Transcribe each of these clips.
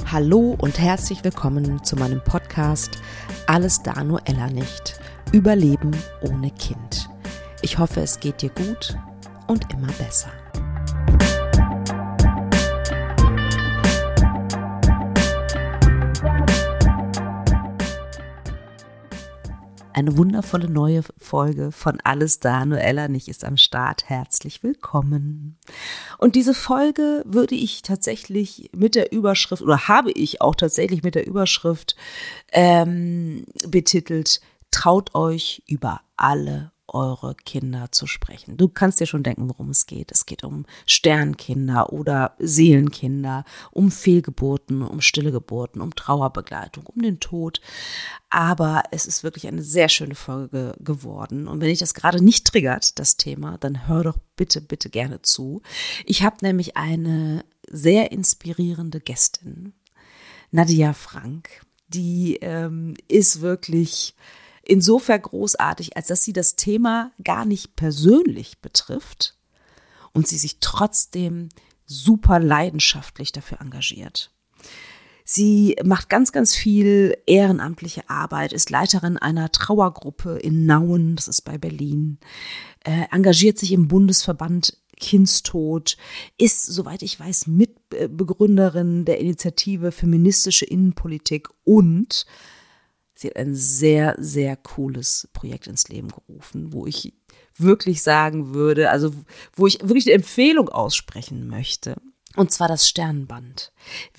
Hallo und herzlich willkommen zu meinem Podcast Alles da nur Ella nicht. Überleben ohne Kind. Ich hoffe, es geht dir gut und immer besser. Eine wundervolle neue Folge von Alles da nur Ella nicht ist am Start. Herzlich willkommen. Und diese Folge würde ich tatsächlich mit der Überschrift, oder habe ich auch tatsächlich mit der Überschrift betitelt: Traut euch über alle eure Kinder zu sprechen. Du kannst dir schon denken, worum es geht. Es geht um Sternkinder oder Seelenkinder, um Fehlgeburten, um stille Geburten, um Trauerbegleitung, um den Tod. Aber es ist wirklich eine sehr schöne Folge geworden. Und wenn dich das gerade nicht triggert, das Thema, dann hör doch bitte, bitte gerne zu. Ich habe nämlich eine sehr inspirierende Gästin, Nadia Frank. Die ist wirklich insofern großartig, als dass sie das Thema gar nicht persönlich betrifft und sie sich trotzdem super leidenschaftlich dafür engagiert. Sie macht ganz, ganz viel ehrenamtliche Arbeit, ist Leiterin einer Trauergruppe in Nauen, das ist bei Berlin, engagiert sich im Bundesverband Kindstod, ist, soweit ich weiß, Mitbegründerin der Initiative Feministische Innenpolitik und sie hat ein sehr, sehr cooles Projekt ins Leben gerufen, wo ich wirklich sagen würde, also wo ich wirklich eine Empfehlung aussprechen möchte. Und zwar das Sternenband.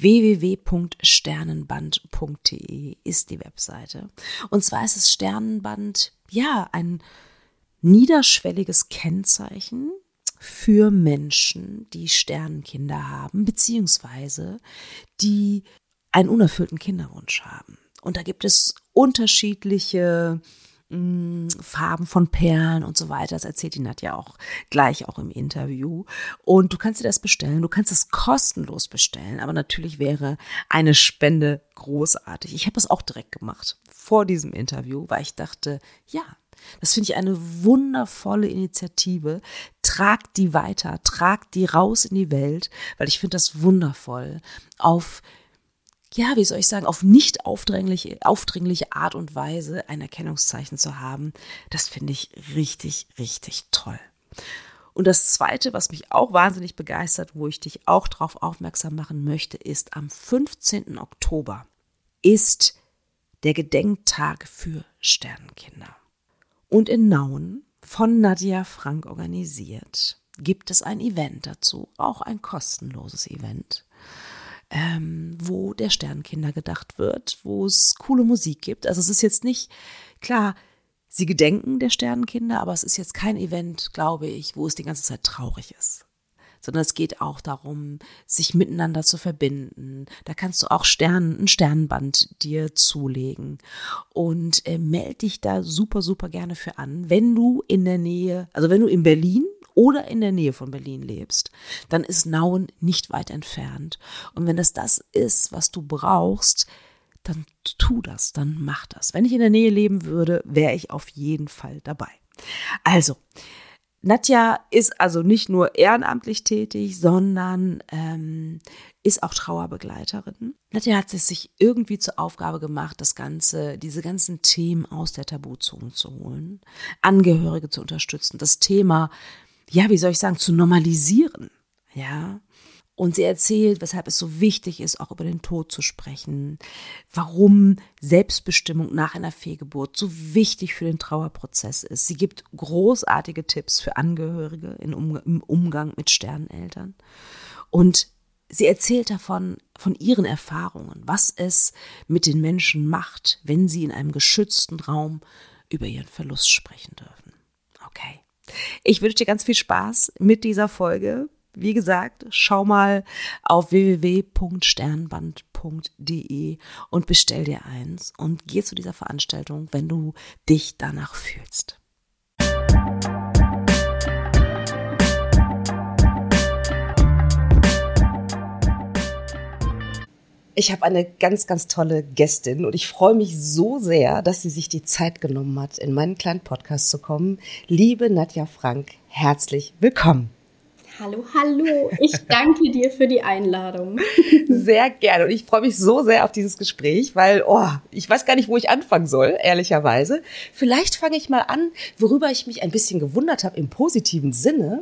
www.sternenband.de ist die Webseite. Und zwar ist das Sternenband, ja, ein niederschwelliges Kennzeichen für Menschen, die Sternenkinder haben, beziehungsweise die einen unerfüllten Kinderwunsch haben. Und da gibt es unterschiedliche Farben von Perlen und so weiter. Das erzählt die Nadja auch gleich auch im Interview. Und du kannst dir das bestellen. Du kannst es kostenlos bestellen. Aber natürlich wäre eine Spende großartig. Ich habe das auch direkt gemacht vor diesem Interview, weil ich dachte, ja, das finde ich eine wundervolle Initiative. Tragt die weiter, tragt die raus in die Welt, weil ich finde das wundervoll auf, ja, wie soll ich sagen, auf nicht aufdringliche Art und Weise ein Erkennungszeichen zu haben. Das finde ich richtig, richtig toll. Und das Zweite, was mich auch wahnsinnig begeistert, wo ich dich auch darauf aufmerksam machen möchte, ist, am 15. Oktober ist der Gedenktag für Sternenkinder. Und in Nauen, von Nadia Frank organisiert, gibt es ein Event dazu, auch ein kostenloses Event, wo der Sternenkinder gedacht wird, wo es coole Musik gibt. Also es ist jetzt nicht, klar, sie gedenken der Sternenkinder, aber es ist jetzt kein Event, glaube ich, wo es die ganze Zeit traurig ist. Sondern es geht auch darum, sich miteinander zu verbinden. Da kannst du auch ein Sternenband dir zulegen. Und melde dich da super, super gerne für an. Wenn du in der Nähe, also wenn du in Berlin oder in der Nähe von Berlin lebst, dann ist Nauen nicht weit entfernt. Und wenn das ist, was du brauchst, dann tu das, dann mach das. Wenn ich in der Nähe leben würde, wäre ich auf jeden Fall dabei. Also, Nadja ist also nicht nur ehrenamtlich tätig, sondern ist auch Trauerbegleiterin. Nadja hat es sich irgendwie zur Aufgabe gemacht, diese ganzen Themen aus der Tabuzone zu holen, Angehörige zu unterstützen, das Thema, ja, wie soll ich sagen, zu normalisieren, ja. Und sie erzählt, weshalb es so wichtig ist, auch über den Tod zu sprechen, warum Selbstbestimmung nach einer Fehlgeburt so wichtig für den Trauerprozess ist. Sie gibt großartige Tipps für Angehörige im Umgang mit Sterneneltern. Und sie erzählt davon, von ihren Erfahrungen, was es mit den Menschen macht, wenn sie in einem geschützten Raum über ihren Verlust sprechen dürfen. Okay. Ich wünsche dir ganz viel Spaß mit dieser Folge. Wie gesagt, schau mal auf www.sternenband.de und bestell dir eins und geh zu dieser Veranstaltung, wenn du dich danach fühlst. Ich habe eine ganz, ganz tolle Gästin und ich freue mich so sehr, dass sie sich die Zeit genommen hat, in meinen kleinen Podcast zu kommen. Liebe Nadia Frank, herzlich willkommen. Hallo, hallo. Ich danke dir für die Einladung. Sehr gerne. Und ich freue mich so sehr auf dieses Gespräch, weil, ich weiß gar nicht, wo ich anfangen soll, ehrlicherweise. Vielleicht fange ich mal an, worüber ich mich ein bisschen gewundert habe im positiven Sinne.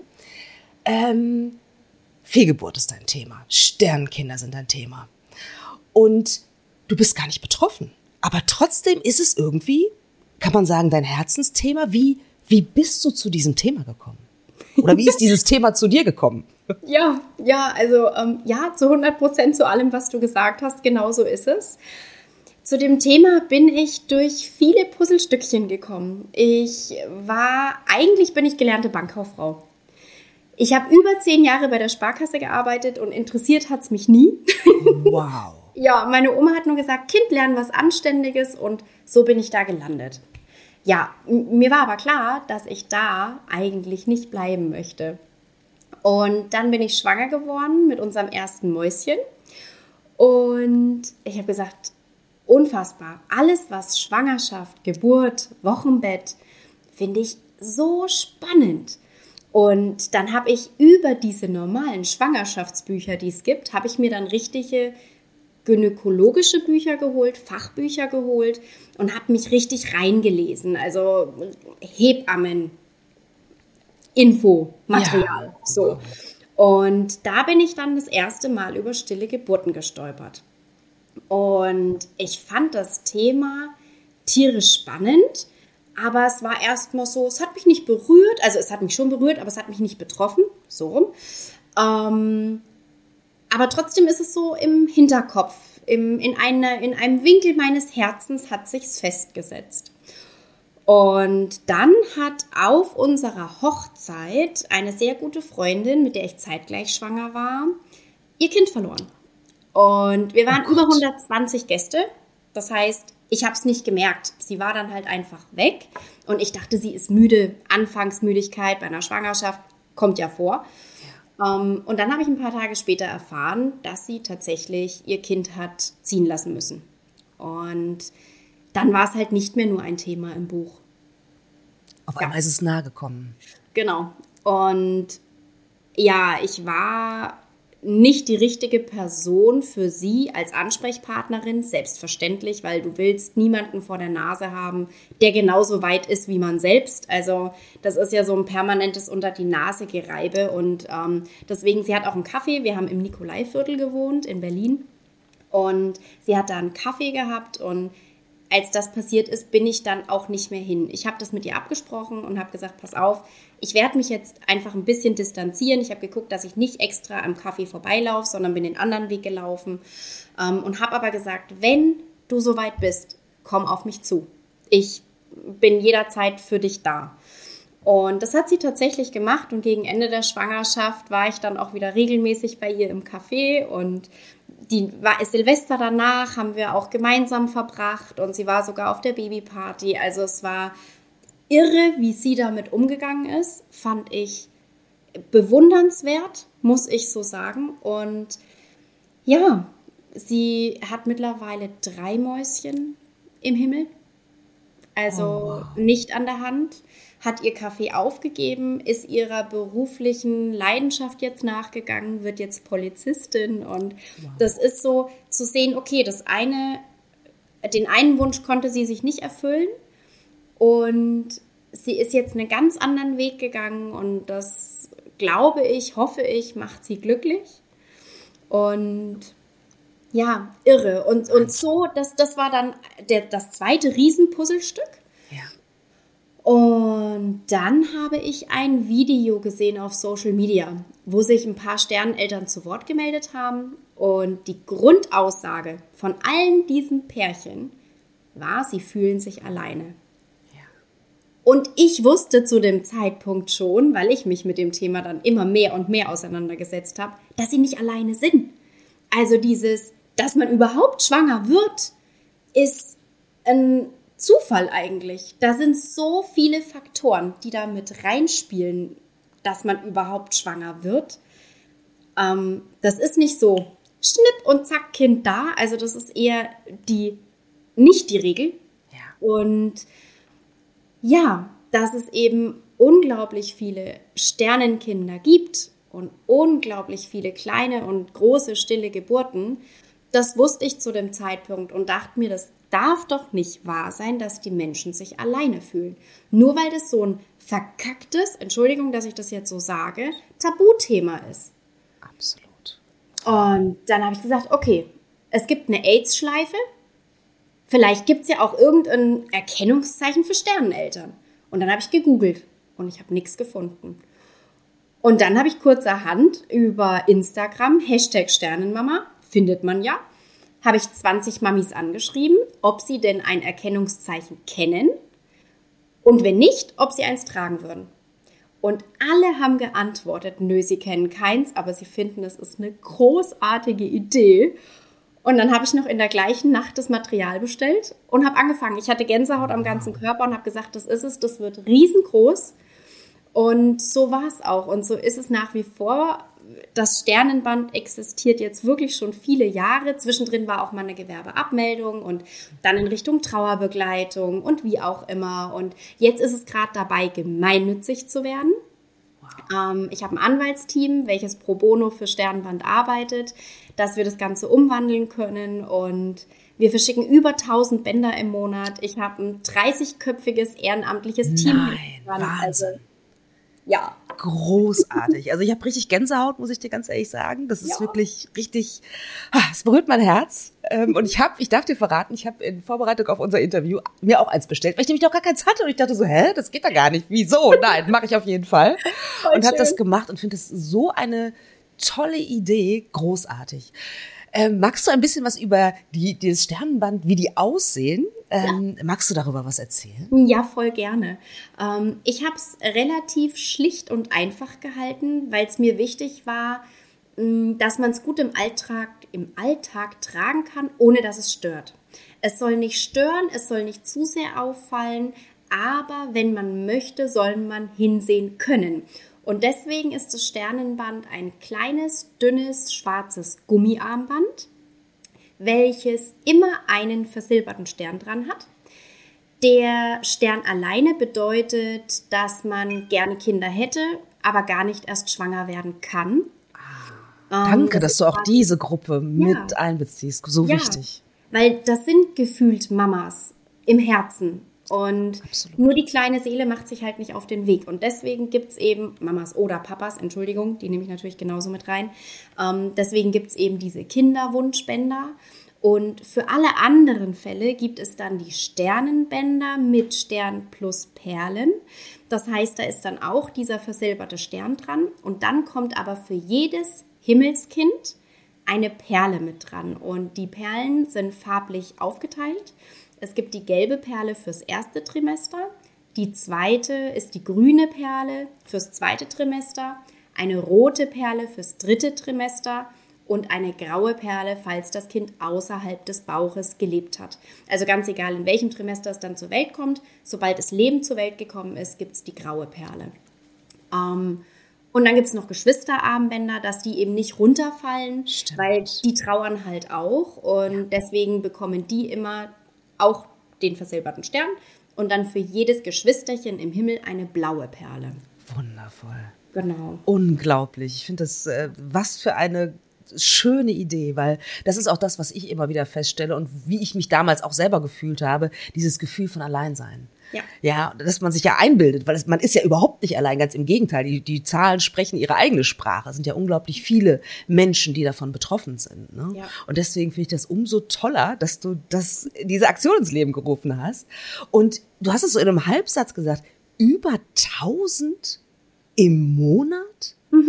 Fehlgeburt ist dein Thema. Sternenkinder sind dein Thema. Und du bist gar nicht betroffen. Aber trotzdem ist es irgendwie, kann man sagen, dein Herzensthema. Wie bist du zu diesem Thema gekommen? Oder wie ist dieses Thema zu dir gekommen? Ja, also zu 100% zu allem, was du gesagt hast, genau so ist es. Zu dem Thema bin ich durch viele Puzzlestückchen gekommen. Eigentlich bin ich gelernte Bankkauffrau. Ich habe über 10 Jahre bei der Sparkasse gearbeitet und interessiert hat es mich nie. Wow. Ja, meine Oma hat nur gesagt, Kind, lernen was Anständiges und so bin ich da gelandet. Ja, mir war aber klar, dass ich da eigentlich nicht bleiben möchte. Und dann bin ich schwanger geworden mit unserem ersten Mäuschen. Und ich habe gesagt, unfassbar. Alles, was Schwangerschaft, Geburt, Wochenbett, finde ich so spannend. Und dann habe ich über diese normalen Schwangerschaftsbücher, die es gibt, habe ich mir dann richtige gynäkologische Bücher geholt, Fachbücher geholt und habe mich richtig reingelesen. Also Hebammen, Infomaterial. Ja. So. Und da bin ich dann das erste Mal über stille Geburten gestolpert. Und ich fand das Thema tierisch spannend, aber es war erstmal so, es hat mich nicht berührt, also es hat mich schon berührt, aber es hat mich nicht betroffen, so rum. Aber trotzdem ist es so im Hinterkopf, in einem Winkel meines Herzens hat sich's festgesetzt. Und dann hat auf unserer Hochzeit eine sehr gute Freundin, mit der ich zeitgleich schwanger war, ihr Kind verloren. Und wir waren über 120 Gäste, das heißt, ich habe es nicht gemerkt. Sie war dann halt einfach weg und ich dachte, sie ist müde. Anfangsmüdigkeit bei einer Schwangerschaft kommt ja vor. Und dann habe ich ein paar Tage später erfahren, dass sie tatsächlich ihr Kind hat ziehen lassen müssen. Und dann war es halt nicht mehr nur ein Thema im Buch. Auf einmal ist es nahe gekommen. Genau. Und ja, ich war nicht die richtige Person für sie als Ansprechpartnerin, selbstverständlich, weil du willst niemanden vor der Nase haben, der genauso weit ist wie man selbst. Also das ist ja so ein permanentes Unter-die-Nase-Gereibe und deswegen, sie hat auch einen Kaffee, wir haben im Nikolaiviertel gewohnt in Berlin und sie hat da einen Kaffee gehabt und als das passiert ist, bin ich dann auch nicht mehr hin. Ich habe das mit ihr abgesprochen und habe gesagt, pass auf, ich werde mich jetzt einfach ein bisschen distanzieren. Ich habe geguckt, dass ich nicht extra am Kaffee vorbeilaufe, sondern bin den anderen Weg gelaufen und habe aber gesagt, wenn du soweit bist, komm auf mich zu. Ich bin jederzeit für dich da. Und das hat sie tatsächlich gemacht und gegen Ende der Schwangerschaft war ich dann auch wieder regelmäßig bei ihr im Café und Silvester danach haben wir auch gemeinsam verbracht und sie war sogar auf der Babyparty. Also es war irre, wie sie damit umgegangen ist, fand ich bewundernswert, muss ich so sagen. Und ja, sie hat mittlerweile 3 Mäuschen im Himmel, also nicht an der Hand, hat ihr Kaffee aufgegeben, ist ihrer beruflichen Leidenschaft jetzt nachgegangen, wird jetzt Polizistin und das ist so zu sehen, okay, den einen Wunsch konnte sie sich nicht erfüllen und sie ist jetzt einen ganz anderen Weg gegangen und das glaube ich, hoffe ich, macht sie glücklich und ja, irre und so, das war dann das zweite Riesenpuzzlestück. Ja. Und dann habe ich ein Video gesehen auf Social Media, wo sich ein paar Sterneneltern zu Wort gemeldet haben. Und die Grundaussage von allen diesen Pärchen war, sie fühlen sich alleine. Ja. Und ich wusste zu dem Zeitpunkt schon, weil ich mich mit dem Thema dann immer mehr und mehr auseinandergesetzt habe, dass sie nicht alleine sind. Also dass man überhaupt schwanger wird, ist ein Zufall eigentlich. Da sind so viele Faktoren, die da mit reinspielen, dass man überhaupt schwanger wird. Das ist nicht so schnipp und zack, Kind da. Also das ist eher nicht die Regel. Ja. Und ja, dass es eben unglaublich viele Sternenkinder gibt und unglaublich viele kleine und große stille Geburten. Das wusste ich zu dem Zeitpunkt und dachte mir, das darf doch nicht wahr sein, dass die Menschen sich alleine fühlen. Nur weil das so ein verkacktes, Entschuldigung, dass ich das jetzt so sage, Tabuthema ist. Absolut. Und dann habe ich gesagt, okay, es gibt eine AIDS-Schleife. Vielleicht gibt es ja auch irgendein Erkennungszeichen für Sterneneltern. Und dann habe ich gegoogelt und ich habe nichts gefunden. Und dann habe ich kurzerhand über Instagram, #Sternenmama, findet man ja, habe ich 20 Mamis angeschrieben, ob sie denn ein Erkennungszeichen kennen und wenn nicht, ob sie eins tragen würden. Und alle haben geantwortet, nö, sie kennen keins, aber sie finden, es ist eine großartige Idee. Und dann habe ich noch in der gleichen Nacht das Material bestellt und habe angefangen. Ich hatte Gänsehaut am ganzen Körper und habe gesagt, das ist es, das wird riesengroß. Und so war es auch und so ist es nach wie vor. Das Sternenband existiert jetzt wirklich schon viele Jahre. Zwischendrin war auch mal eine Gewerbeabmeldung und dann in Richtung Trauerbegleitung und wie auch immer. Und jetzt ist es gerade dabei, gemeinnützig zu werden. Ich habe ein Anwaltsteam, welches pro bono für Sternenband arbeitet, dass wir das Ganze umwandeln können und wir verschicken über 1000 Bänder im Monat. Ich habe ein 30-köpfiges ehrenamtliches Team. Nein, Wahnsinn. Also, ja. Großartig. Also ich habe richtig Gänsehaut, muss ich dir ganz ehrlich sagen. Das ist wirklich richtig, es berührt mein Herz. Und ich darf dir verraten, ich habe in Vorbereitung auf unser Interview mir auch eins bestellt, weil ich nämlich noch gar keins hatte. Und ich dachte so, das geht da gar nicht. Wieso? Nein, mache ich auf jeden Fall. Und habe das gemacht und finde es so eine tolle Idee, großartig. Magst du ein bisschen was über dieses Sternenband, wie die aussehen? Magst du darüber was erzählen? Ja, voll gerne. Ich habe es relativ schlicht und einfach gehalten, weil es mir wichtig war, dass man es gut im Alltag tragen kann, ohne dass es stört. Es soll nicht stören, es soll nicht zu sehr auffallen, aber wenn man möchte, soll man hinsehen können. Und deswegen ist das Sternenband ein kleines, dünnes, schwarzes Gummiarmband, welches immer einen versilberten Stern dran hat. Der Stern alleine bedeutet, dass man gerne Kinder hätte, aber gar nicht erst schwanger werden kann. Danke, dass du auch diese Gruppe mit einbeziehst. So wichtig. Weil das sind gefühlt Mamas im Herzen. Und nur die kleine Seele macht sich halt nicht auf den Weg. Und deswegen gibt es eben Mamas oder Papas, Entschuldigung, die nehme ich natürlich genauso mit rein. Deswegen gibt es eben diese Kinderwunschbänder. Und für alle anderen Fälle gibt es dann die Sternenbänder mit Stern plus Perlen. Das heißt, da ist dann auch dieser versilberte Stern dran. Und dann kommt aber für jedes Himmelskind eine Perle mit dran. Und die Perlen sind farblich aufgeteilt. Es gibt die gelbe Perle fürs erste Trimester, die zweite ist die grüne Perle fürs zweite Trimester, eine rote Perle fürs dritte Trimester und eine graue Perle, falls das Kind außerhalb des Bauches gelebt hat. Also ganz egal, in welchem Trimester es dann zur Welt kommt, sobald das Leben zur Welt gekommen ist, gibt es die graue Perle. Und dann gibt es noch Geschwisterarmbänder, dass die eben nicht runterfallen, weil die trauern halt auch und deswegen bekommen die immer auch den versilberten Stern und dann für jedes Geschwisterchen im Himmel eine blaue Perle. Wundervoll. Genau. Unglaublich. Ich finde das, was für eine schöne Idee, weil das ist auch das, was ich immer wieder feststelle und wie ich mich damals auch selber gefühlt habe, dieses Gefühl von Alleinsein. Ja, dass man sich ja einbildet, weil man ist ja überhaupt nicht allein, ganz im Gegenteil. Die Zahlen sprechen ihre eigene Sprache. Es sind ja unglaublich viele Menschen, die davon betroffen sind. Ne? Ja. Und deswegen finde ich das umso toller, dass du diese Aktion ins Leben gerufen hast. Und du hast es so in einem Halbsatz gesagt, über 1000 im Monat? Mhm.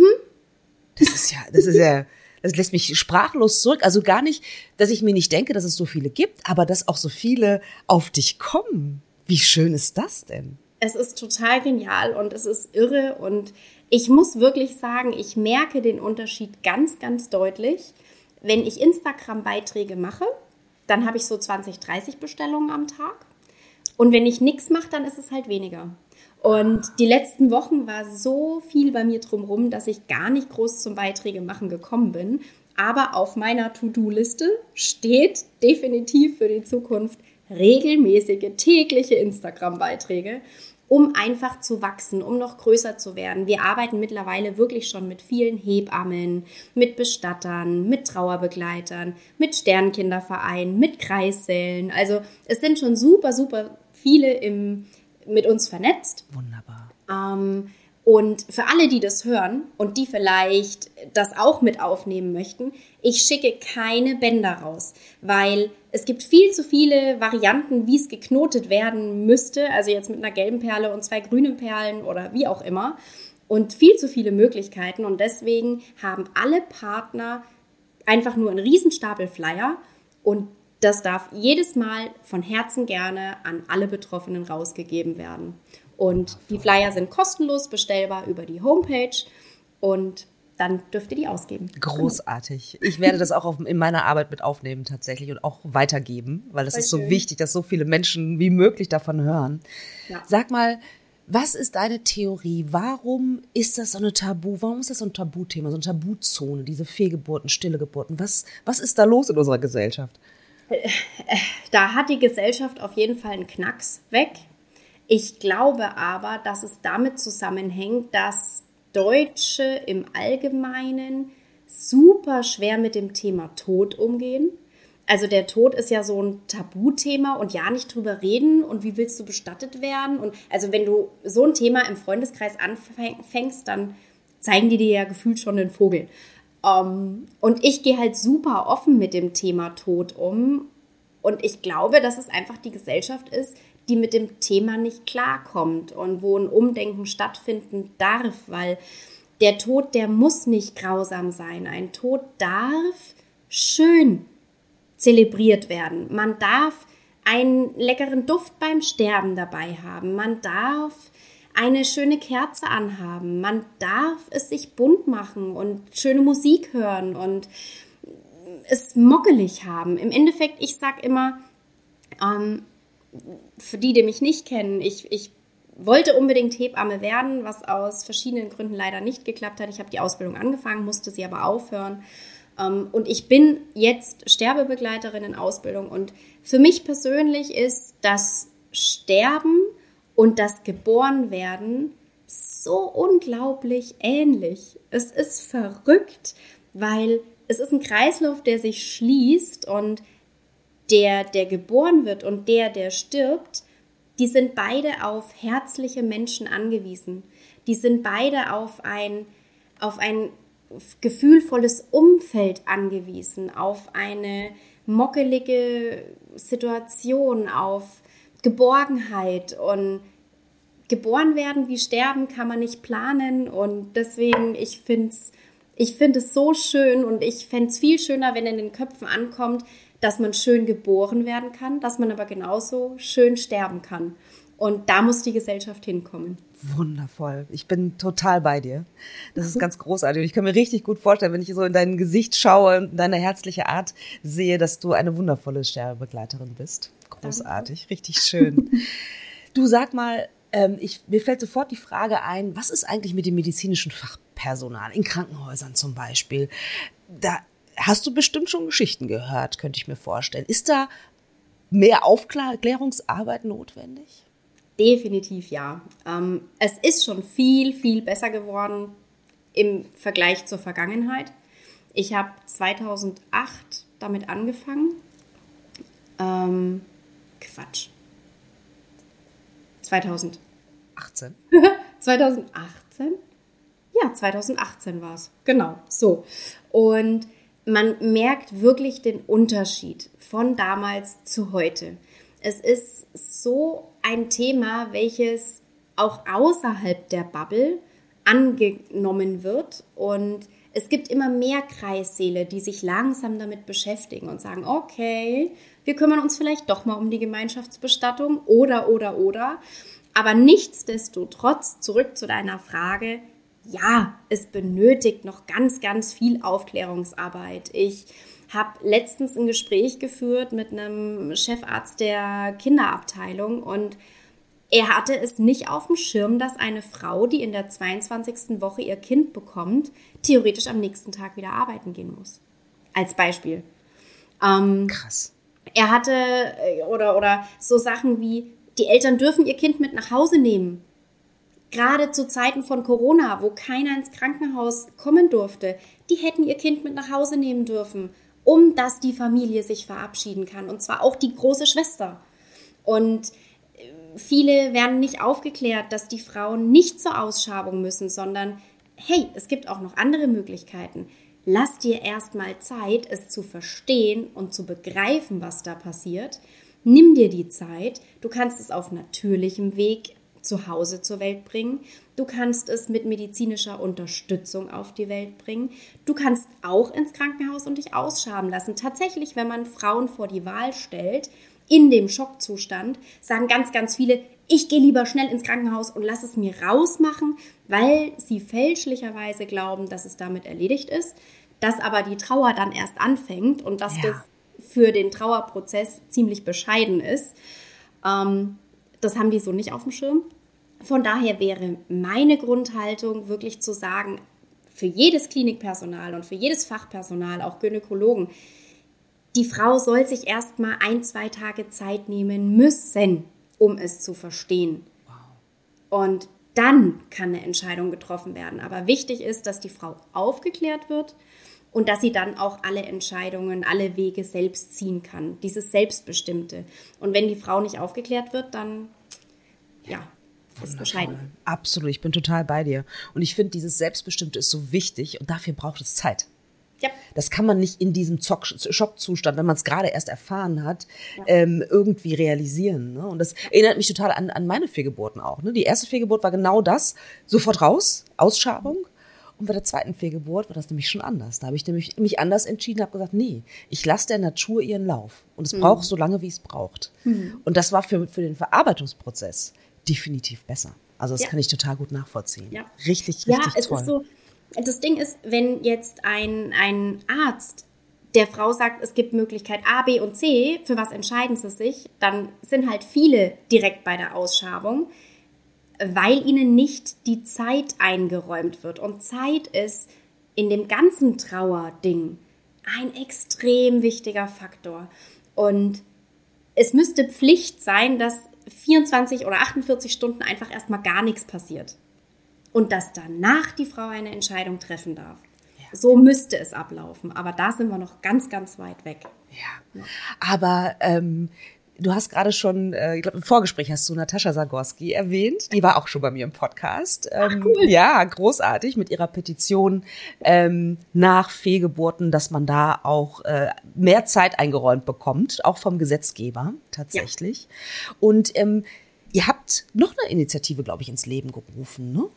Das lässt mich sprachlos zurück. Also gar nicht, dass ich mir nicht denke, dass es so viele gibt, aber dass auch so viele auf dich kommen. Wie schön ist das denn? Es ist total genial und es ist irre und ich muss wirklich sagen, ich merke den Unterschied ganz, ganz deutlich. Wenn ich Instagram-Beiträge mache, dann habe ich so 20, 30 Bestellungen am Tag und wenn ich nichts mache, dann ist es halt weniger. Und die letzten Wochen war so viel bei mir drumherum, dass ich gar nicht groß zum Beiträge machen gekommen bin. Aber auf meiner To-Do-Liste steht definitiv für die Zukunft regelmäßige, tägliche Instagram-Beiträge. um einfach zu wachsen, um noch größer zu werden. Wir arbeiten mittlerweile wirklich schon mit vielen Hebammen, mit Bestattern, mit Trauerbegleitern, mit Sternkindervereinen, mit Kreissälen. Also es sind schon super, super viele mit uns vernetzt. Wunderbar. Und für alle, die das hören und die vielleicht das auch mit aufnehmen möchten, ich schicke keine Bänder raus, weil es gibt viel zu viele Varianten, wie es geknotet werden müsste, also jetzt mit einer gelben Perle und 2 grünen Perlen oder wie auch immer und viel zu viele Möglichkeiten und deswegen haben alle Partner einfach nur einen Riesenstapel Flyer und das darf jedes Mal von Herzen gerne an alle Betroffenen rausgegeben werden. Und die Flyer sind kostenlos bestellbar über die Homepage und dann dürft ihr die ausgeben. Großartig. Ich werde das auch in meiner Arbeit mit aufnehmen tatsächlich und auch weitergeben, weil das ist so wichtig, dass so viele Menschen wie möglich davon hören. Ja. Sag mal, was ist deine Theorie? Warum ist das so warum ist das so ein Tabuthema, so eine Tabuzone, diese Fehlgeburten, stille Geburten? Was ist da los in unserer Gesellschaft? Da hat die Gesellschaft auf jeden Fall einen Knacks weg. Ich glaube aber, dass es damit zusammenhängt, dass Deutsche im Allgemeinen super schwer mit dem Thema Tod umgehen. Also der Tod ist ja so ein Tabuthema und ja, nicht drüber reden und wie willst du bestattet werden? Und also wenn du so ein Thema im Freundeskreis anfängst, dann zeigen die dir ja gefühlt schon den Vogel. Und ich gehe halt super offen mit dem Thema Tod um und ich glaube, dass es einfach die Gesellschaft ist, die mit dem Thema nicht klarkommt und wo ein Umdenken stattfinden darf, weil der Tod, der muss nicht grausam sein. Ein Tod darf schön zelebriert werden. Man darf einen leckeren Duft beim Sterben dabei haben. Man darf eine schöne Kerze anhaben. Man darf es sich bunt machen und schöne Musik hören und es mockelig haben. Im Endeffekt, ich sage immer, für die mich nicht kennen, ich wollte unbedingt Hebamme werden, was aus verschiedenen Gründen leider nicht geklappt hat. Ich habe die Ausbildung angefangen, musste sie aber aufhören. Und ich bin jetzt Sterbebegleiterin in Ausbildung. Und für mich persönlich ist das Sterben und das Geborenwerden so unglaublich ähnlich. Es ist verrückt, weil es ist ein Kreislauf, der sich schließt und der geboren wird und der stirbt, die sind beide auf herzliche Menschen angewiesen. Die sind beide auf ein gefühlvolles Umfeld angewiesen, auf eine mockelige Situation, auf Geborgenheit. Und geboren werden wie sterben kann man nicht planen. Und deswegen, ich finde es so schön und ich fände es viel schöner, wenn in den Köpfen ankommt, dass man schön geboren werden kann, dass man aber genauso schön sterben kann. Und da muss die Gesellschaft hinkommen. Wundervoll. Ich bin total bei dir. Das ist ganz großartig. Und ich kann mir richtig gut vorstellen, wenn ich so in dein Gesicht schaue und deine herzliche Art sehe, dass du eine wundervolle Sterbebegleiterin bist. Großartig. Danke. Richtig schön. Du, sag mal, mir fällt sofort die Frage ein, was ist eigentlich mit dem medizinischen Fachpersonal in Krankenhäusern zum Beispiel? Da hast du bestimmt schon Geschichten gehört, könnte ich mir vorstellen. Ist da mehr Aufklärungsarbeit notwendig? Definitiv ja. Es ist schon viel, viel besser geworden im Vergleich zur Vergangenheit. Ich habe 2008 damit angefangen. 2018? 2018? Ja, 2018 war es. Genau, so. Und man merkt wirklich den Unterschied von damals zu heute. Es ist so ein Thema, welches auch außerhalb der Bubble angenommen wird und es gibt immer mehr Kreissäle, die sich langsam damit beschäftigen und sagen, okay, wir kümmern uns vielleicht doch mal um die Gemeinschaftsbestattung oder. Aber nichtsdestotrotz, zurück zu deiner Frage, ja, es benötigt noch ganz, ganz viel Aufklärungsarbeit. Ich habe letztens ein Gespräch geführt mit einem Chefarzt der Kinderabteilung und er hatte es nicht auf dem Schirm, dass eine Frau, die in der 22. Woche ihr Kind bekommt, theoretisch am nächsten Tag wieder arbeiten gehen muss. Als Beispiel. Krass. Er hatte oder so Sachen wie Die Eltern dürfen ihr Kind mit nach Hause nehmen. Gerade zu Zeiten von Corona, wo keiner ins Krankenhaus kommen durfte, die hätten ihr Kind mit nach Hause nehmen dürfen, um dass die Familie sich verabschieden kann. Und zwar auch die große Schwester. Und viele werden nicht aufgeklärt, dass die Frauen nicht zur Ausschabung müssen, sondern hey, es gibt auch noch andere Möglichkeiten. Lass dir erstmal Zeit, es zu verstehen und zu begreifen, was da passiert. Nimm dir die Zeit. Du kannst es auf natürlichem Weg zu Hause zur Welt bringen. Du kannst es mit medizinischer Unterstützung auf die Welt bringen. Du kannst auch ins Krankenhaus und dich ausschaben lassen. Tatsächlich, wenn man Frauen vor die Wahl stellt, in dem Schockzustand, sagen ganz, ganz viele, ich gehe lieber schnell ins Krankenhaus und lass es mir rausmachen, weil sie fälschlicherweise glauben, dass es damit erledigt ist, dass aber die Trauer dann erst anfängt und dass das für den Trauerprozess ziemlich bescheiden ist. Das haben die so nicht auf dem Schirm. Von daher wäre meine Grundhaltung wirklich zu sagen, für jedes Klinikpersonal und für jedes Fachpersonal, auch Gynäkologen, die Frau soll sich erst mal 1-2 Tage Zeit nehmen müssen, um es zu verstehen. Wow. Und dann kann eine Entscheidung getroffen werden. Aber wichtig ist, dass die Frau aufgeklärt wird und dass sie dann auch alle Entscheidungen, alle Wege selbst ziehen kann. Dieses Selbstbestimmte. Und wenn die Frau nicht aufgeklärt wird, dann ist bescheiden. Absolut, ich bin total bei dir. Und ich finde, dieses Selbstbestimmte ist so wichtig und dafür braucht es Zeit. Ja. Das kann man nicht in diesem Schockzustand, wenn man es gerade erst erfahren hat, irgendwie realisieren. Ne? Und das erinnert mich total an meine Fehlgeburten auch. Ne? Die erste Fehlgeburt war genau das, sofort raus, Ausschabung. Und bei der zweiten Fehlgeburt war das nämlich schon anders. Da habe ich nämlich mich anders entschieden, habe gesagt, nee, ich lasse der Natur ihren Lauf. Und es braucht so lange, wie es braucht. Und das war für den Verarbeitungsprozess definitiv besser. Also das kann ich total gut nachvollziehen. Ja. Richtig toll. Es ist so. Das Ding ist, wenn jetzt ein Arzt der Frau sagt, es gibt Möglichkeit A, B und C, für was entscheiden sie sich, dann sind halt viele direkt bei der Ausschabung, weil ihnen nicht die Zeit eingeräumt wird. Und Zeit ist in dem ganzen Trauerding ein extrem wichtiger Faktor. Und es müsste Pflicht sein, dass 24 oder 48 Stunden einfach erstmal gar nichts passiert. Und dass danach die Frau eine Entscheidung treffen darf. Ja. So müsste es ablaufen. Aber da sind wir noch ganz, ganz weit weg. Ja. Aber du hast gerade schon, ich glaube im Vorgespräch hast du Natascha Zagorski erwähnt. Die war auch schon bei mir im Podcast. Cool. Ja, großartig mit ihrer Petition nach Fehlgeburten, dass man da auch mehr Zeit eingeräumt bekommt, auch vom Gesetzgeber tatsächlich. Ja. Und ihr habt noch eine Initiative, glaube ich, ins Leben gerufen, ne?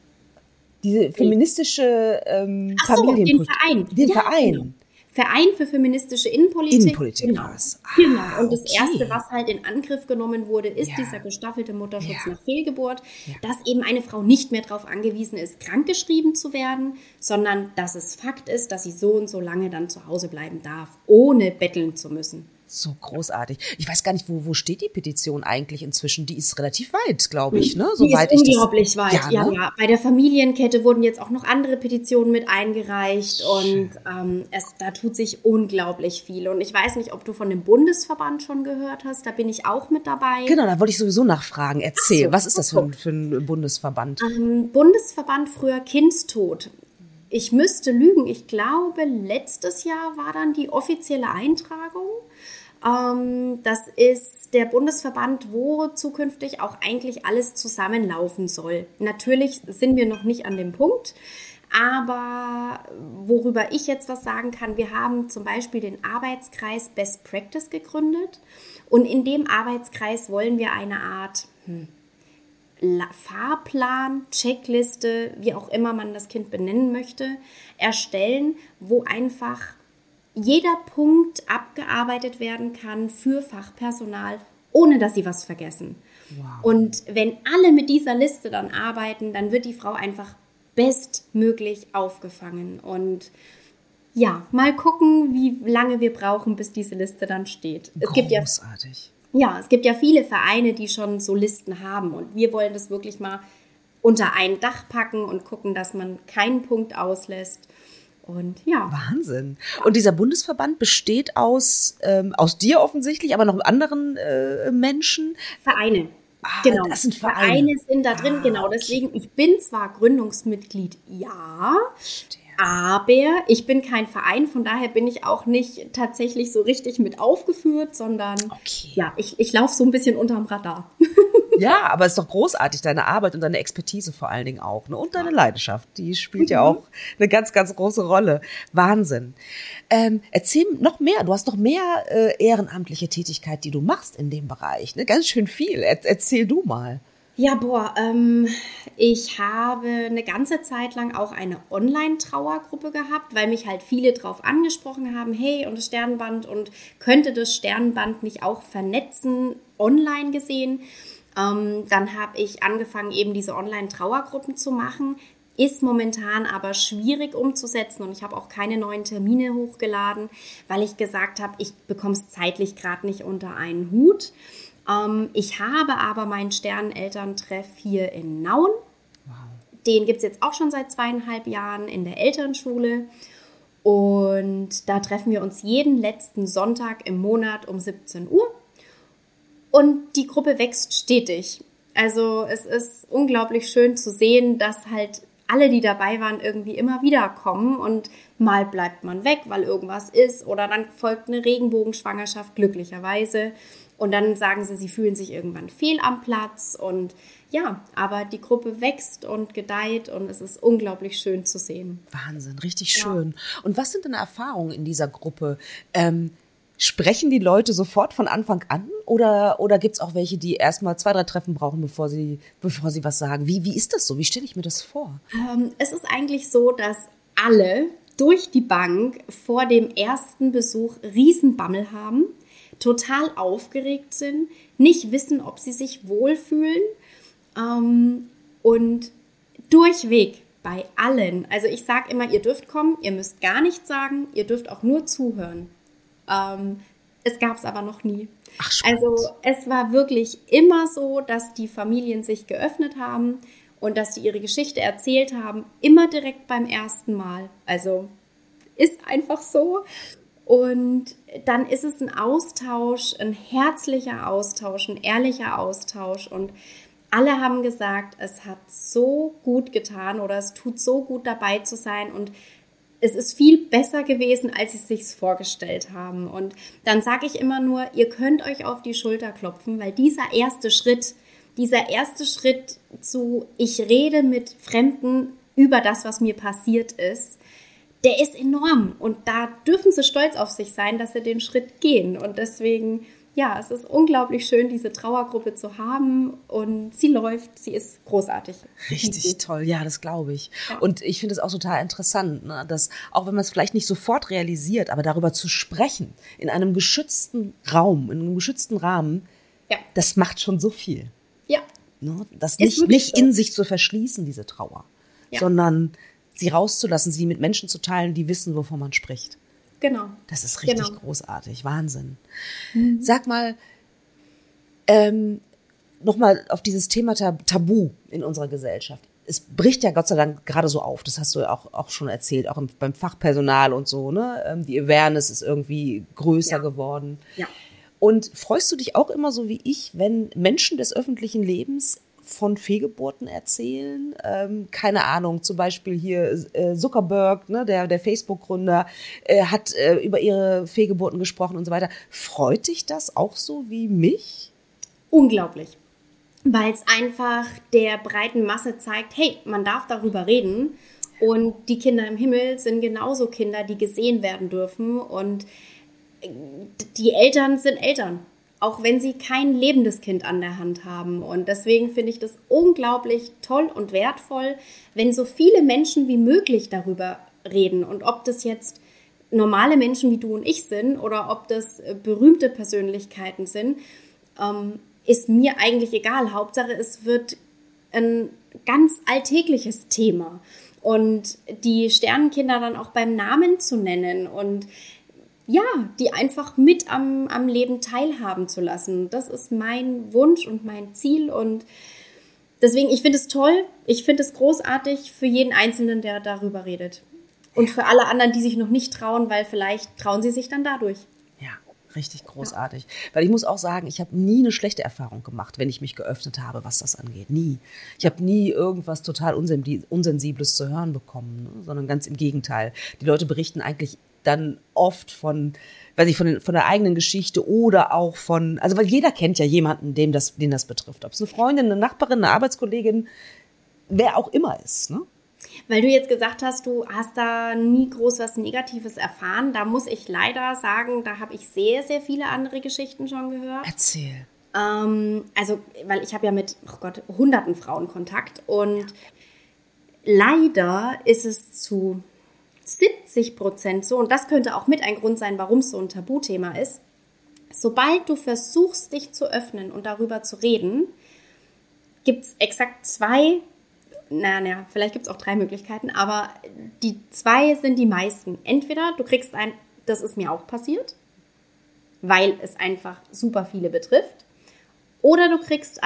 Diese feministische Familienpolitik. Den Verein. Genau. Verein für feministische Innenpolitik. Innenpolitik genau. war es. Genau. Und das Erste, was halt in Angriff genommen wurde, ist dieser gestaffelte Mutterschutz nach Fehlgeburt, dass eben eine Frau nicht mehr darauf angewiesen ist, krankgeschrieben zu werden, sondern dass es Fakt ist, dass sie so und so lange dann zu Hause bleiben darf, ohne betteln zu müssen. So großartig. Ich weiß gar nicht, wo steht die Petition eigentlich inzwischen? Die ist relativ weit, glaube ich, ne? Soweit die ist unglaublich weit, ja. Bei der Familienkette wurden jetzt auch noch andere Petitionen mit eingereicht und da tut sich unglaublich viel. Und ich weiß nicht, ob du von dem Bundesverband schon gehört hast, da bin ich auch mit dabei. Genau, da wollte ich sowieso nachfragen. Erzähl, was ist das für ein Bundesverband? Bundesverband früher Kindstod. Ich müsste lügen, ich glaube, letztes Jahr war dann die offizielle Eintragung. Das ist der Bundesverband, wo zukünftig auch eigentlich alles zusammenlaufen soll. Natürlich sind wir noch nicht an dem Punkt, aber worüber ich jetzt was sagen kann, wir haben zum Beispiel den Arbeitskreis Best Practice gegründet und in dem Arbeitskreis wollen wir eine Art Fahrplan, Checkliste, wie auch immer man das Kind benennen möchte, erstellen, wo einfach jeder Punkt abgearbeitet werden kann für Fachpersonal, ohne dass sie was vergessen. Wow. Und wenn alle mit dieser Liste dann arbeiten, dann wird die Frau einfach bestmöglich aufgefangen. Und ja, mal gucken, wie lange wir brauchen, bis diese Liste dann steht. Großartig. Es gibt ja viele Vereine, die schon so Listen haben. Und wir wollen das wirklich mal unter ein Dach packen und gucken, dass man keinen Punkt auslässt. Und ja. Wahnsinn. Und dieser Bundesverband besteht aus dir offensichtlich, aber noch anderen Menschen? Vereine. Genau. Das sind Vereine. Vereine sind da drin, genau. Okay. Deswegen, ich bin zwar Gründungsmitglied, ja, aber ich bin kein Verein, von daher bin ich auch nicht tatsächlich so richtig mit aufgeführt, sondern ja, ich laufe so ein bisschen unterm Radar. Ja, aber es ist doch großartig, deine Arbeit und deine Expertise vor allen Dingen auch. Ne? Und deine Leidenschaft, die spielt ja auch eine ganz, ganz große Rolle. Wahnsinn. Erzähl noch mehr, du hast noch mehr ehrenamtliche Tätigkeit, die du machst in dem Bereich. Ne? Ganz schön viel. Erzähl du mal. Ja, ich habe eine ganze Zeit lang auch eine Online-Trauergruppe gehabt, weil mich halt viele drauf angesprochen haben, hey, und das Sternenband und könnte das Sternenband nicht auch vernetzen, online gesehen. Dann habe ich angefangen, eben diese Online-Trauergruppen zu machen. Ist momentan aber schwierig umzusetzen und ich habe auch keine neuen Termine hochgeladen, weil ich gesagt habe, ich bekomme es zeitlich gerade nicht unter einen Hut. Ich habe aber meinen Sternenelterntreff hier in Nauen. Wow. Den gibt es jetzt auch schon seit 2,5 Jahren in der Elternschule. Und da treffen wir uns jeden letzten Sonntag im Monat um 17 Uhr. Und die Gruppe wächst stetig. Also es ist unglaublich schön zu sehen, dass halt alle, die dabei waren, irgendwie immer wieder kommen und mal bleibt man weg, weil irgendwas ist oder dann folgt eine Regenbogenschwangerschaft glücklicherweise und dann sagen sie fühlen sich irgendwann fehl am Platz und ja, aber die Gruppe wächst und gedeiht und es ist unglaublich schön zu sehen. Wahnsinn, richtig schön. Ja. Und was sind deine Erfahrungen in dieser Gruppe? Sprechen die Leute sofort von Anfang an oder gibt es auch welche, die erstmal 2, 3 Treffen brauchen, bevor sie was sagen? Wie ist das so? Wie stelle ich mir das vor? Es ist eigentlich so, dass alle durch die Bank vor dem ersten Besuch Riesenbammel haben, total aufgeregt sind, nicht wissen, ob sie sich wohlfühlen und durchweg bei allen. Also ich sage immer, ihr dürft kommen, ihr müsst gar nichts sagen, ihr dürft auch nur zuhören. Es gab es aber noch nie. Ach, also es war wirklich immer so, dass die Familien sich geöffnet haben und dass sie ihre Geschichte erzählt haben, immer direkt beim ersten Mal. Also ist einfach so. Und dann ist es ein Austausch, ein herzlicher Austausch, ein ehrlicher Austausch. Und alle haben gesagt, es hat so gut getan oder es tut so gut dabei zu sein und es ist viel besser gewesen, als sie es sich vorgestellt haben. Und dann sage ich immer nur, ihr könnt euch auf die Schulter klopfen, weil dieser erste Schritt zu, ich rede mit Fremden über das, was mir passiert ist, der ist enorm. Und da dürfen sie stolz auf sich sein, dass sie den Schritt gehen. Und deswegen, ja, es ist unglaublich schön, diese Trauergruppe zu haben und sie läuft, sie ist großartig. Richtig toll, ja, das glaube ich. Ja. Und ich finde es auch total interessant, ne, dass auch wenn man es vielleicht nicht sofort realisiert, aber darüber zu sprechen, in einem geschützten Raum, in einem geschützten Rahmen, ja, das macht schon so viel. Ja. Ne, das nicht in sich zu verschließen, diese Trauer, ja, sondern sie rauszulassen, sie mit Menschen zu teilen, die wissen, wovon man spricht. Genau. Das ist richtig großartig, Wahnsinn. Sag mal, nochmal auf dieses Thema Tabu in unserer Gesellschaft. Es bricht ja Gott sei Dank gerade so auf, das hast du ja auch schon erzählt, auch beim Fachpersonal und so, ne? Die Awareness ist irgendwie größer geworden. Ja. Und freust du dich auch immer so wie ich, wenn Menschen des öffentlichen Lebens von Fehlgeburten erzählen? Keine Ahnung, zum Beispiel hier Zuckerberg, ne, der Facebook-Gründer, hat über ihre Fehlgeburten gesprochen und so weiter. Freut dich das auch so wie mich? Unglaublich, weil es einfach der breiten Masse zeigt, hey, man darf darüber reden und die Kinder im Himmel sind genauso Kinder, die gesehen werden dürfen und die Eltern sind Eltern. Auch wenn sie kein lebendes Kind an der Hand haben. Und deswegen finde ich das unglaublich toll und wertvoll, wenn so viele Menschen wie möglich darüber reden. Und ob das jetzt normale Menschen wie du und ich sind oder ob das berühmte Persönlichkeiten sind, ist mir eigentlich egal. Hauptsache, es wird ein ganz alltägliches Thema. Und die Sternenkinder dann auch beim Namen zu nennen und ja, die einfach mit am Leben teilhaben zu lassen. Das ist mein Wunsch und mein Ziel und deswegen, ich finde es toll, ich finde es großartig für jeden Einzelnen, der darüber redet. Und für alle anderen, die sich noch nicht trauen, weil vielleicht trauen sie sich dann dadurch. Ja, richtig großartig. Weil ich muss auch sagen, ich habe nie eine schlechte Erfahrung gemacht, wenn ich mich geöffnet habe, was das angeht. Nie. Ich habe nie irgendwas total Unsensibles zu hören bekommen, ne? Sondern ganz im Gegenteil. Die Leute berichten eigentlich dann oft von der eigenen Geschichte oder auch also weil jeder kennt ja jemanden, den das betrifft. Ob es eine Freundin, eine Nachbarin, eine Arbeitskollegin, wer auch immer ist, ne? Weil du jetzt gesagt hast, du hast da nie groß was Negatives erfahren, da muss ich leider sagen, da habe ich sehr, sehr viele andere Geschichten schon gehört. Erzähl. Also, weil ich habe ja mit, hunderten Frauen Kontakt und leider ist es zu 70% so, und das könnte auch mit ein Grund sein, warum es so ein Tabuthema ist, sobald du versuchst, dich zu öffnen und darüber zu reden, gibt es exakt vielleicht gibt es auch 3 Möglichkeiten, aber die 2 sind die meisten. Entweder du kriegst das ist mir auch passiert, weil es einfach super viele betrifft, oder du kriegst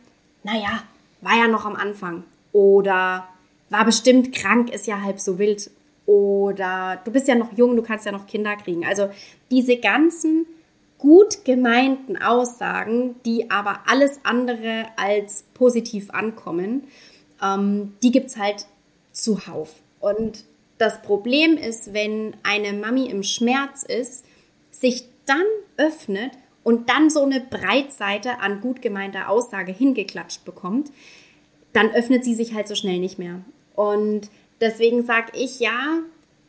war ja noch am Anfang, oder war bestimmt krank, ist ja halb so wild, oder du bist ja noch jung, du kannst ja noch Kinder kriegen. Also diese ganzen gut gemeinten Aussagen, die aber alles andere als positiv ankommen, die gibt es halt zuhauf. Und das Problem ist, wenn eine Mami im Schmerz ist, sich dann öffnet und dann so eine Breitseite an gut gemeinter Aussage hingeklatscht bekommt, dann öffnet sie sich halt so schnell nicht mehr. Und deswegen sage ich, ja,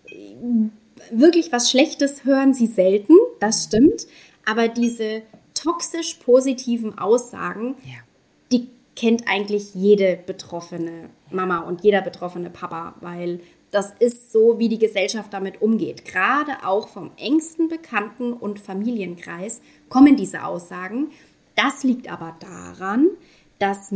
wirklich was Schlechtes hören sie selten, das stimmt, aber diese toxisch positiven Aussagen, die kennt eigentlich jede betroffene Mama und jeder betroffene Papa, weil das ist so, wie die Gesellschaft damit umgeht. Gerade auch vom engsten Bekannten- und Familienkreis kommen diese Aussagen. Das liegt aber daran, dass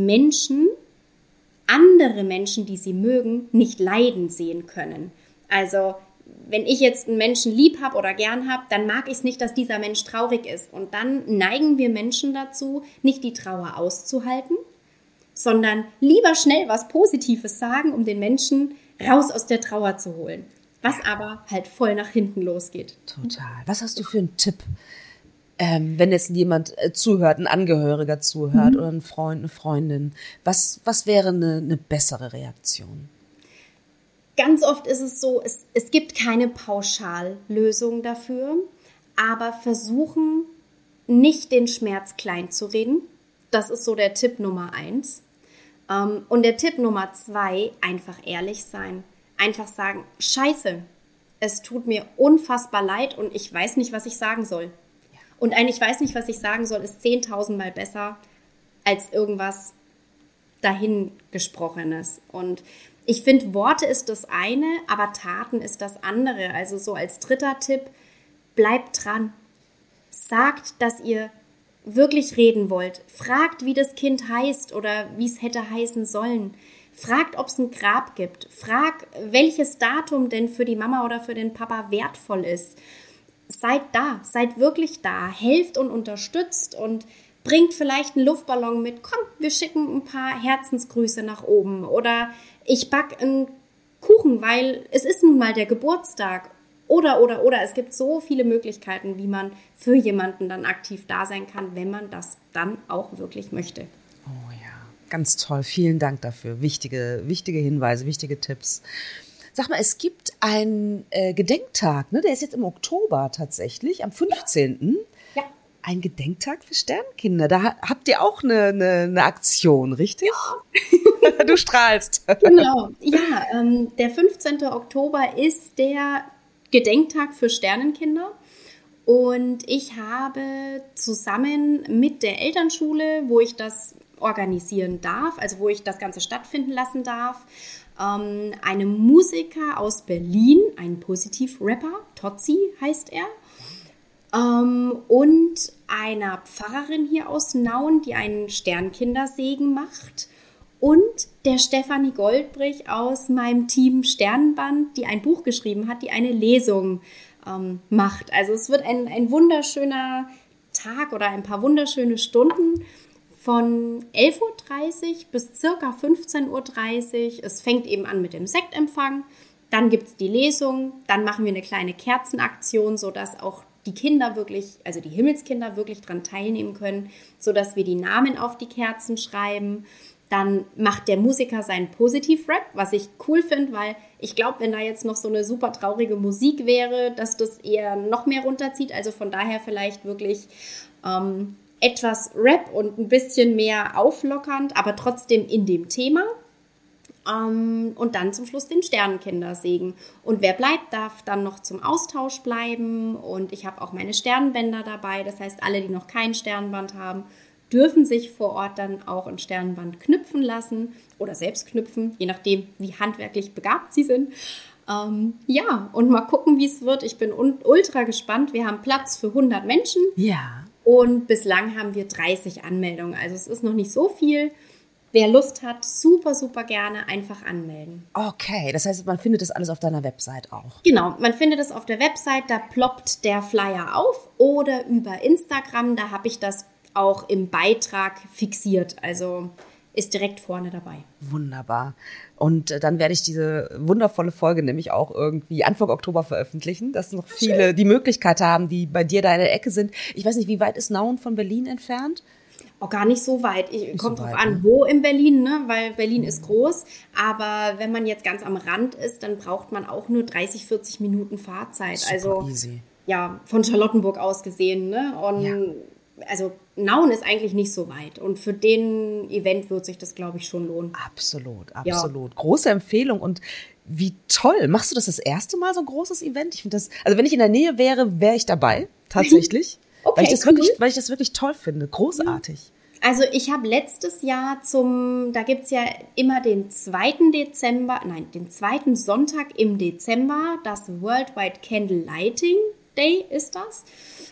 andere Menschen, die sie mögen, nicht leiden sehen können. Also wenn ich jetzt einen Menschen lieb habe oder gern habe, dann mag ich es nicht, dass dieser Mensch traurig ist. Und dann neigen wir Menschen dazu, nicht die Trauer auszuhalten, sondern lieber schnell was Positives sagen, um den Menschen raus aus der Trauer zu holen. Was aber halt voll nach hinten losgeht. Total. Was hast du für einen Tipp, wenn jetzt jemand zuhört, ein Angehöriger zuhört oder ein Freund, eine Freundin? Was wäre eine bessere Reaktion? Ganz oft ist es so, es gibt keine Pauschallösung dafür, aber versuchen, nicht den Schmerz klein zu reden. Das ist so der Tipp Nummer 1. Und der Tipp Nummer 2, einfach ehrlich sein. Einfach sagen, Scheiße, es tut mir unfassbar leid und ich weiß nicht, was ich sagen soll. Und ein Ich weiß nicht, was ich sagen soll, ist 10.000 Mal besser als irgendwas Dahingesprochenes. Und ich finde, Worte ist das eine, aber Taten ist das andere. Also so als 3. Tipp, bleibt dran. Sagt, dass ihr wirklich reden wollt. Fragt, wie das Kind heißt oder wie es hätte heißen sollen. Fragt, ob es ein Grab gibt. Fragt, welches Datum denn für die Mama oder für den Papa wertvoll ist. Seid da, seid wirklich da. Helft und unterstützt und bringt vielleicht einen Luftballon mit. Komm, wir schicken ein paar Herzensgrüße nach oben. Oder ich backe einen Kuchen, weil es ist nun mal der Geburtstag. Oder. Es gibt so viele Möglichkeiten, wie man für jemanden dann aktiv da sein kann, wenn man das dann auch wirklich möchte. Oh ja, ganz toll. Vielen Dank dafür. Wichtige Hinweise, wichtige Tipps. Sag mal, es gibt einen Gedenktag, ne? Der ist jetzt im Oktober tatsächlich, am 15. Ja. Ein Gedenktag für Sternkinder. Da habt ihr auch eine Aktion, richtig? Ja. Du strahlst. Genau. Ja, der 15. Oktober ist der Gedenktag für Sternenkinder. Und ich habe zusammen mit der Elternschule, wo ich das organisieren darf, also wo ich das Ganze stattfinden lassen darf, einem Musiker aus Berlin, ein Positiv-Rapper, Totzi heißt er, und einer Pfarrerin hier aus Nauen, die einen Sternkindersegen macht, und der Stefanie Goldbrich aus meinem Team Sternenband, die ein Buch geschrieben hat, die eine Lesung macht. Also es wird ein wunderschöner Tag oder ein paar wunderschöne Stunden von 11.30 Uhr bis circa 15.30 Uhr. Es fängt eben an mit dem Sektempfang. Dann gibt es die Lesung, dann machen wir eine kleine Kerzenaktion, sodass auch die Kinder wirklich, also die Himmelskinder wirklich dran teilnehmen können, sodass wir die Namen auf die Kerzen schreiben. Dann macht der Musiker seinen Positiv-Rap, was ich cool finde, weil ich glaube, wenn da jetzt noch so eine super traurige Musik wäre, dass das eher noch mehr runterzieht. Also von daher vielleicht wirklich etwas Rap und ein bisschen mehr auflockernd, aber trotzdem in dem Thema. Und dann zum Schluss den Sternenkindersegen. Und wer bleibt, darf dann noch zum Austausch bleiben. Und ich habe auch meine Sternbänder dabei. Das heißt, alle, die noch kein Sternband haben, dürfen sich vor Ort dann auch ein Sternband knüpfen lassen oder selbst knüpfen, je nachdem, wie handwerklich begabt sie sind. Ja, und mal gucken, wie es wird. Ich bin ultra gespannt. Wir haben Platz für 100 Menschen. Ja. Und bislang haben wir 30 Anmeldungen. Also es ist noch nicht so viel. Wer Lust hat, super, super gerne einfach anmelden. Okay, das heißt, man findet das alles auf deiner Website auch. Genau, man findet es auf der Website, da ploppt der Flyer auf oder über Instagram, da habe ich das auch im Beitrag fixiert, also ist direkt vorne dabei. Wunderbar. Und dann werde ich diese wundervolle Folge nämlich auch irgendwie Anfang Oktober veröffentlichen, dass noch viele die Möglichkeit haben, die bei dir da in der Ecke sind. Ich weiß nicht, wie weit ist Nauen von Berlin entfernt? Auch gar nicht so weit. Kommt drauf an, wo in Berlin, ne? Weil Berlin ist groß. Aber wenn man jetzt ganz am Rand ist, dann braucht man auch nur 30, 40 Minuten Fahrzeit. Super also easy. Ja, von Charlottenburg aus gesehen. Ne? Und ja. Also Nauen ist eigentlich nicht so weit. Und für den Event wird sich das, glaube ich, schon lohnen. Absolut, absolut. Ja. Große Empfehlung und wie toll. Machst du das erste Mal, so ein großes Event? Ich finde das, also wenn ich in der Nähe wäre, wäre ich dabei, tatsächlich. Okay, weil ich das wirklich toll finde. Großartig. Also ich habe letztes Jahr da gibt es ja immer den zweiten Sonntag im Dezember, das Worldwide Candle Lighting Day ist das.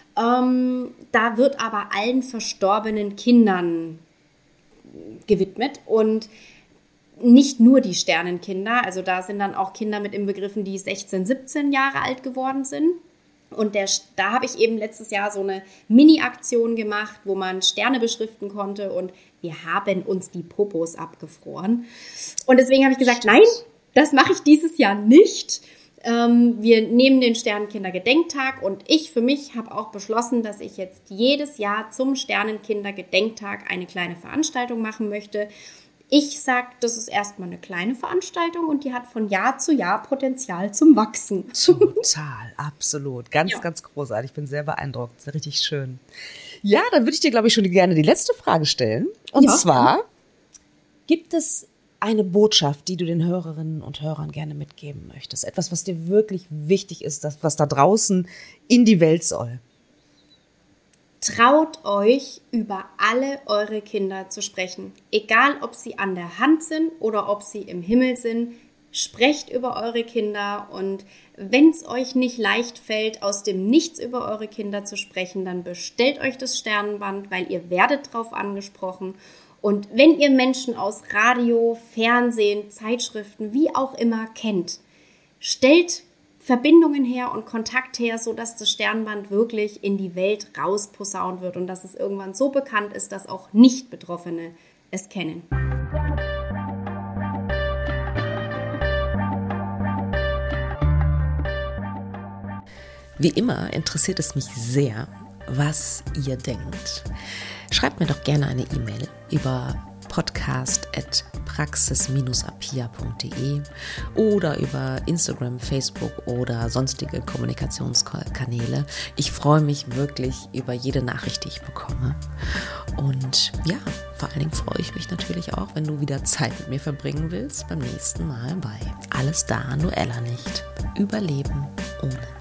Da wird aber allen verstorbenen Kindern gewidmet und nicht nur die Sternenkinder, also da sind dann auch Kinder mit inbegriffen, die 16, 17 Jahre alt geworden sind. Und da habe ich eben letztes Jahr so eine Mini-Aktion gemacht, wo man Sterne beschriften konnte und wir haben uns die Popos abgefroren. Und deswegen habe ich gesagt, nein, das mache ich dieses Jahr nicht. Wir nehmen den Sternenkinder-Gedenktag und ich für mich habe auch beschlossen, dass ich jetzt jedes Jahr zum Sternenkinder-Gedenktag eine kleine Veranstaltung machen möchte. Ich sage, das ist erstmal eine kleine Veranstaltung und die hat von Jahr zu Jahr Potenzial zum Wachsen. Total, absolut. Ganz großartig. Ich bin sehr beeindruckt. Das ist richtig schön. Ja, dann würde ich dir, glaube ich, schon gerne die letzte Frage stellen. Und zwar, gibt es eine Botschaft, die du den Hörerinnen und Hörern gerne mitgeben möchtest? Etwas, was dir wirklich wichtig ist, was da draußen in die Welt soll? Traut euch, über alle eure Kinder zu sprechen. Egal, ob sie an der Hand sind oder ob sie im Himmel sind. Sprecht über eure Kinder und wenn es euch nicht leicht fällt, aus dem Nichts über eure Kinder zu sprechen, dann bestellt euch das Sternenband, weil ihr werdet drauf angesprochen. Und wenn ihr Menschen aus Radio, Fernsehen, Zeitschriften, wie auch immer kennt, stellt Verbindungen her und Kontakt her, sodass das Sternband wirklich in die Welt rausposaunt wird und dass es irgendwann so bekannt ist, dass auch Nicht-Betroffene es kennen. Wie immer interessiert es mich sehr, was ihr denkt. Schreibt mir doch gerne eine E-Mail über podcast@praxis-apia.de oder über Instagram, Facebook oder sonstige Kommunikationskanäle. Ich freue mich wirklich über jede Nachricht, die ich bekomme. Und ja, vor allen Dingen freue ich mich natürlich auch, wenn du wieder Zeit mit mir verbringen willst, beim nächsten Mal bei Alles da, nur Ella nicht. Überleben ohne